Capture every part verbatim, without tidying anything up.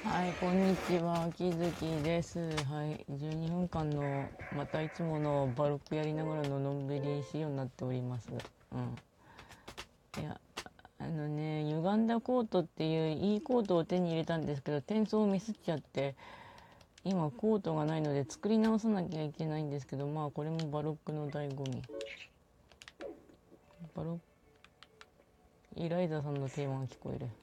はい、こんにちは、きずきです。はい、じゅうにふんかんの、またいつものバロックやりながらののんびり仕様になっております。うん。いや、あのね、歪んだコートっていういいコートを手に入れたんですけど、転送をミスっちゃって、今コートがないので作り直さなきゃいけないんですけど、まあこれもバロックの醍醐味。バロック、イライザさんのテーマが聞こえる。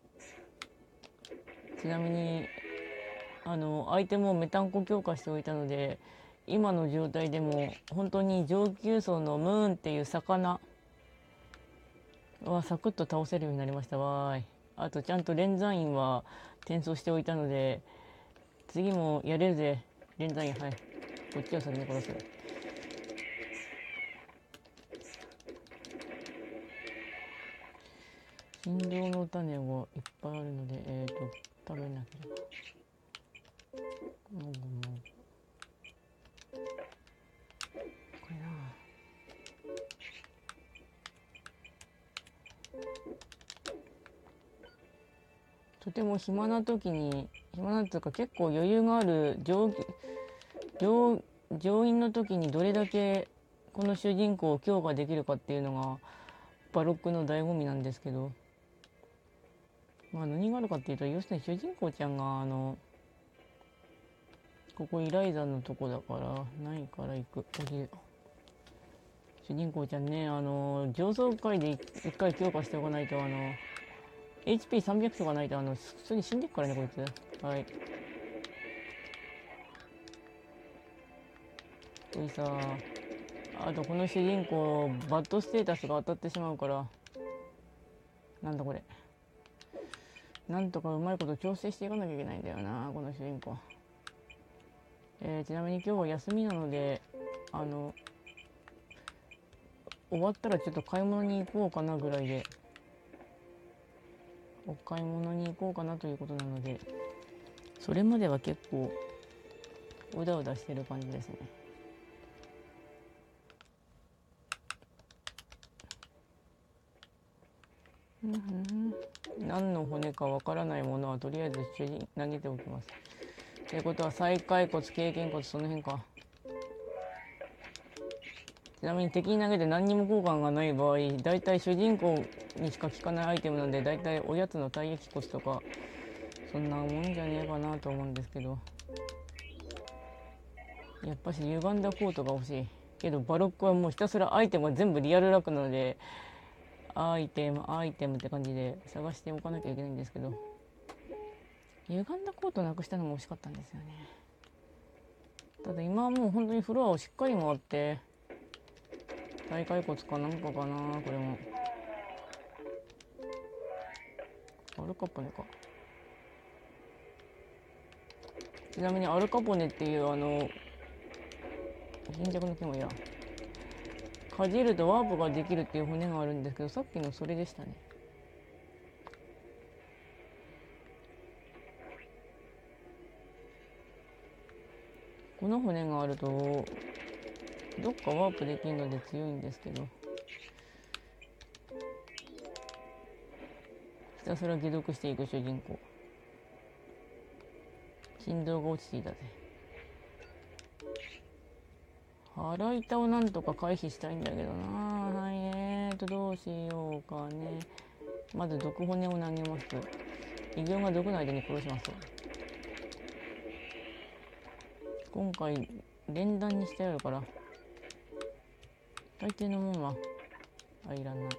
ちなみに、あのアイテムをメタンコ強化しておいたので、今の状態でも本当に上級層のムーンっていう魚はサクッと倒せるようになりましたわーい。あとちゃんと連山院は転送しておいたので、次もやれるぜ。連山院、はい、こっちを先に殺す。心臓の種がいっぱいあるので、えっ、ー、と食べなければ。もぐもぐ、これな。とても暇な時に、暇なというか結構余裕がある上上上院の時にどれだけこの主人公を強化できるかっていうのがバロックの醍醐味なんですけど、まあ何があるかっていうと、要するに主人公ちゃんがあのここイライザのとこだからないから行く。主人公ちゃんね、あの上層階で一回強化しておかないと、あの エイチピーさんびゃく とかないとあの普通に死んでっからねこいつ。はい、こいさ、あとこの主人公バッドステータスが当たってしまうから、なんだこれ、なんとかうまいこと調整していかなきゃいけないんだよなこの主人公。えー、ちなみに今日は休みなので、あの終わったらちょっと買い物に行こうかなぐらいで、お買い物に行こうかなということなので、それまでは結構うだうだしてる感じですね。うんうん、何の骨かわからないものはとりあえず一緒に投げておきます。ってことは再骸骨、経験骨、その辺か。ちなみに敵に投げて何にも効果がない場合、だいたい主人公にしか効かないアイテムなんで、だいたいおやつの体液骨とかそんなもんじゃねえかなと思うんですけど、やっぱし歪んだコートが欲しいけど、バロックはもうひたすらアイテムが全部リアルラックなので、アイテムアイテムって感じで探しておかなきゃいけないんですけど、歪んだコートなくしたのも惜しかったんですよね。ただ今はもう本当にフロアをしっかり回って、大骸骨かなんかかな、これもアルカポネか。ちなみにアルカポネっていうあの貧弱の木もいらん、かじるとワープができるっていう骨があるんですけど、さっきのそれでしたね。この骨があるとどっかワープできるので強いんですけど、ひたすら解毒していく主人公。心臓が落ちていたぜ。腹痛をなんとか回避したいんだけどな。はい、えーとどうしようかね。まず毒骨を投げます。異形が毒の間に殺します。今回連弾にしてあるから大抵のもんはあいらない。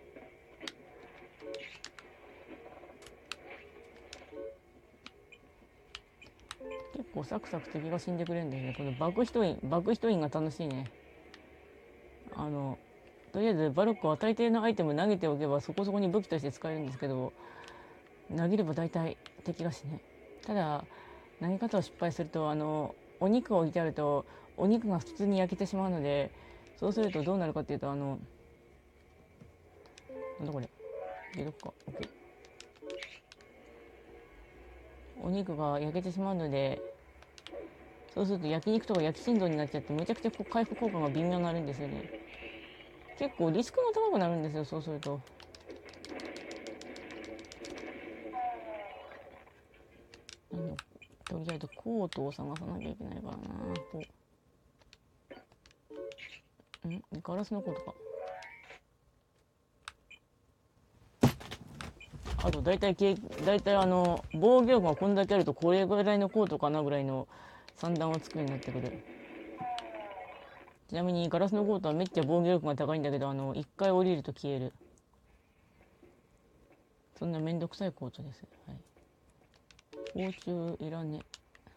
結構サクサク敵が死んでくれるんですね。この爆人員爆人員が楽しいね。あのとりあえずバロックは大抵のアイテム投げておけばそこそこに武器として使えるんですけど、投げれば大体敵が死ね。ただ投げ方を失敗すると、あのお肉を置いてあるとお肉が普通に焼けてしまうので、そうするとどうなるかっていうと、あのなんだこれ、解毒か OK、 お肉が焼けてしまうので、そうすると焼肉とか焼き心臓になっちゃって、めちゃくちゃ回復効果が微妙になるんですよね。結構リスクも高くなるんですよ、そうすると。 なんだとりあえずコートを探さなきゃいけないからな。こうんガラスのコートか。あと大体け大体あの防御力がこんだけあるとこれぐらいのコートかなぐらいの三段を作るようになってくる。ちなみにガラスのコートはめっちゃ防御力が高いんだけど、あの一回降りると消える。そんなめんどくさいコートです。はい。甲虫いらね。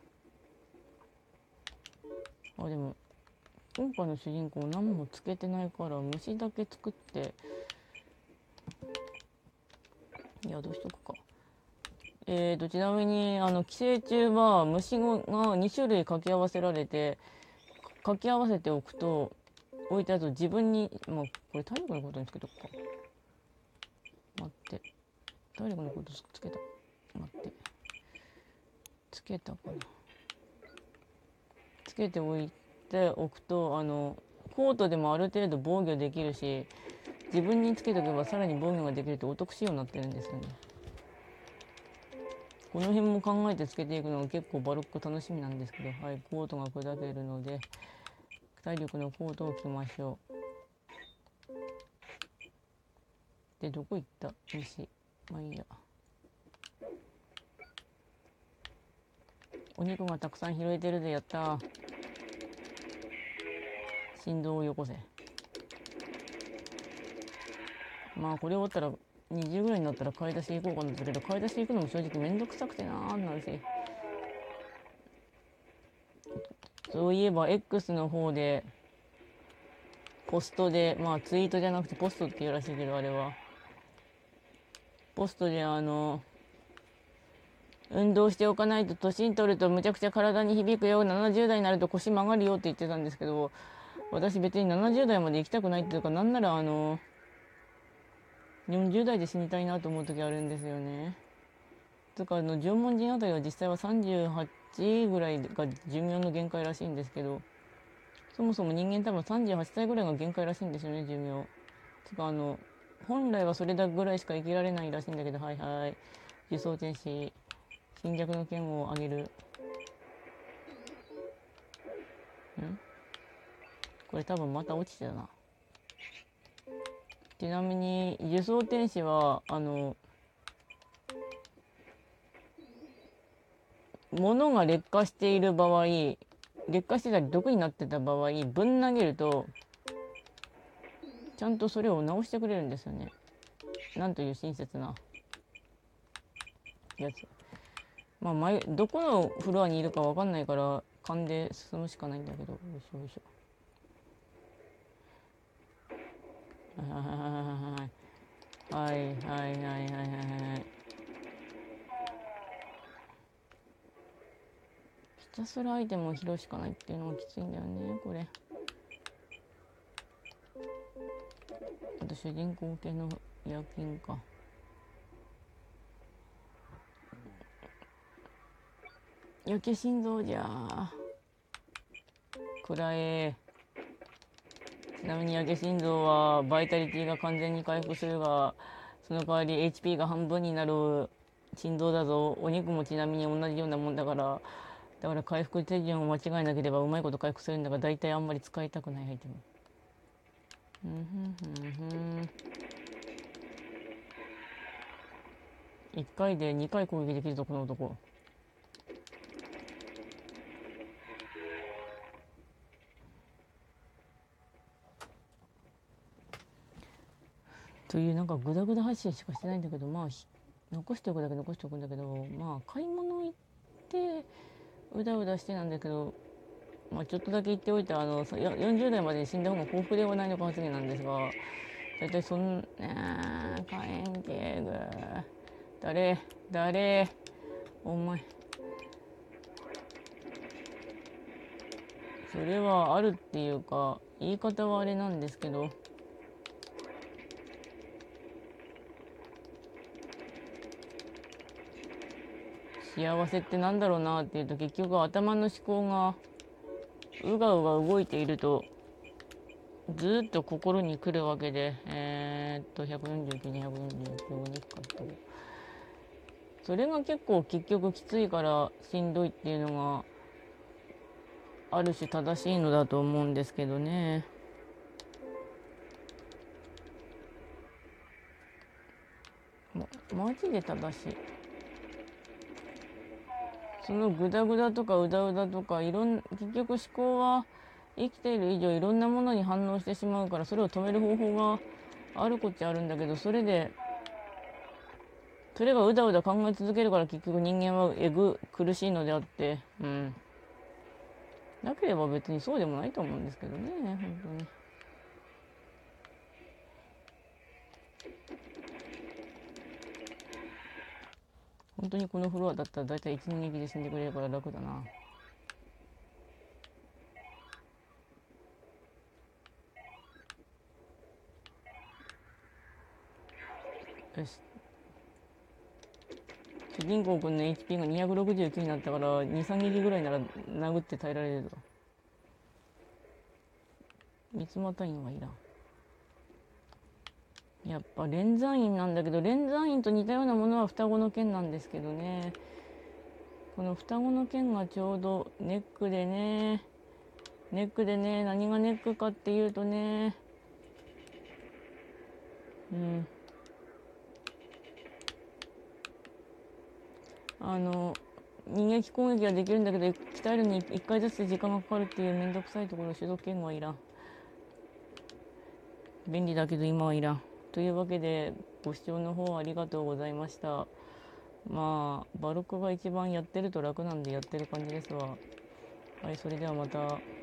あ、でも今回の主人公何もつけてないから虫だけ作っていやどうしとくか。えーとちなみにあの寄生虫は虫がに種類掛け合わせられて掛け合わせておくと置いてあると自分にまあこれ体力のことにつけとくか。待って体力のことつけた。待ってつけたかな。つけておいておくとあのコートでもある程度防御できるし自分につけておけばさらに防御ができるってお得仕様になってるんですよね。この辺も考えてつけていくのが結構バロック楽しみなんですけど、はい、コートが砕けるので体力のコートを着ましょう。でどこ行った虫。まあいいや。お肉がたくさん拾えてるで。やったー。振動をよこせ。まあこれ終わったらにじゅうぐらいになったら買い出し行こうかなだけど、買い出し行くのも正直めんどくさくてなーなるし。そういえば X の方でポストで、まあツイートじゃなくてポストっていうらしいけど、あれはポストであの運動しておかないと年取るとむちゃくちゃ体に響くよ、ななじゅう代になると腰曲がるよって言ってたんですけど、私別にななじゅう代まで行きたくないっていうか、なんならあのよんじゅう代で死にたいなと思う時あるんですよね。とかあの縄文人あたりは実際はさんじゅうはちぐらいが寿命の限界らしいんですけど、そもそも人間多分さんじゅうはっさいぐらいが限界らしいんですよね、寿命。てかあの本来はそれだぐらいしか生きられないらしいんだけど、はいはい。輸送天使侵略の剣をあげる。んこれ多分また落ちてたな。ちなみに輸送天使はあの物が劣化している場合、劣化してたり毒になってた場合ぶん投げるとちゃんとそれを直してくれるんですよね。なんという親切なやつ。まあ前どこのフロアにいるかわかんないから勘で進むしかないんだけど、よいしょよいしょ。はいはいはいはいはいはいはい。ひたすらアイテムを拾うしかないっていうのがきついんだよねこれ。あと主人公系の夜勤か。焼け心臓じゃー。くらえ。ちなみに焼け心臓はバイタリティが完全に回復するが、その代わり エイチピー が半分になる心臓だぞ。お肉もちなみに同じようなもんだから、だから回復手順を間違えなければうまいこと回復するんだが、大体あんまり使いたくないアイテム。うんふんふんふん。いっかいでにかい攻撃できるぞこの男。というなんかグダグダ発信しかしてないんだけど、まあ残しておくだけ残しておくんだけど、まあ買い物行ってうだうだしてなんだけど、まあちょっとだけ言っておいて、あのよんじゅう代までに死んだ方が幸福ではないのか発言なんですが、大体そんな火炎警具誰誰お前それはあるっていうか言い方はあれなんですけど、幸せってなんだろうなっていうと、結局頭の思考がうがうが動いているとずっと心に来るわけで、えー、っとひゃくよんじゅうきゅう、にひゃくよんじゅうきゅうにかとそれが結構結局きついからしんどいっていうのがある種正しいのだと思うんですけどね。ま、マジで正しい。そのグダグダとかウダウダとかいろん結局思考は生きている以上いろんなものに反応してしまうから、それを止める方法があるこっちゃあるんだけど、それでそれがうだうだ考え続けるから結局人間はえぐ苦しいのであって、うん、なければ別にそうでもないと思うんですけどね、本当に。本当にこのフロアだったら大体一人撃で死んでくれるから楽だな。よし。主人公くんの エイチピー がにひゃくろくじゅうきゅうになったからに、さん撃ぐらいなら殴って耐えられるぞ。三つまたいのがいらん。やっぱ連山院なんだけど、連山院と似たようなものは双子の剣なんですけどね。この双子の剣がちょうどネックでね、ネックでね、何がネックかっていうとね、うん。あの、逃撃攻撃はできるんだけど、鍛えるにいっかいずつ時間がかかるっていうめんどくさいところ、種族剣はいらん。便利だけど今はいらん。というわけで、ご視聴の方ありがとうございました。まあ、バロックが一番やってると楽なんでやってる感じですわ。はい、それではまた。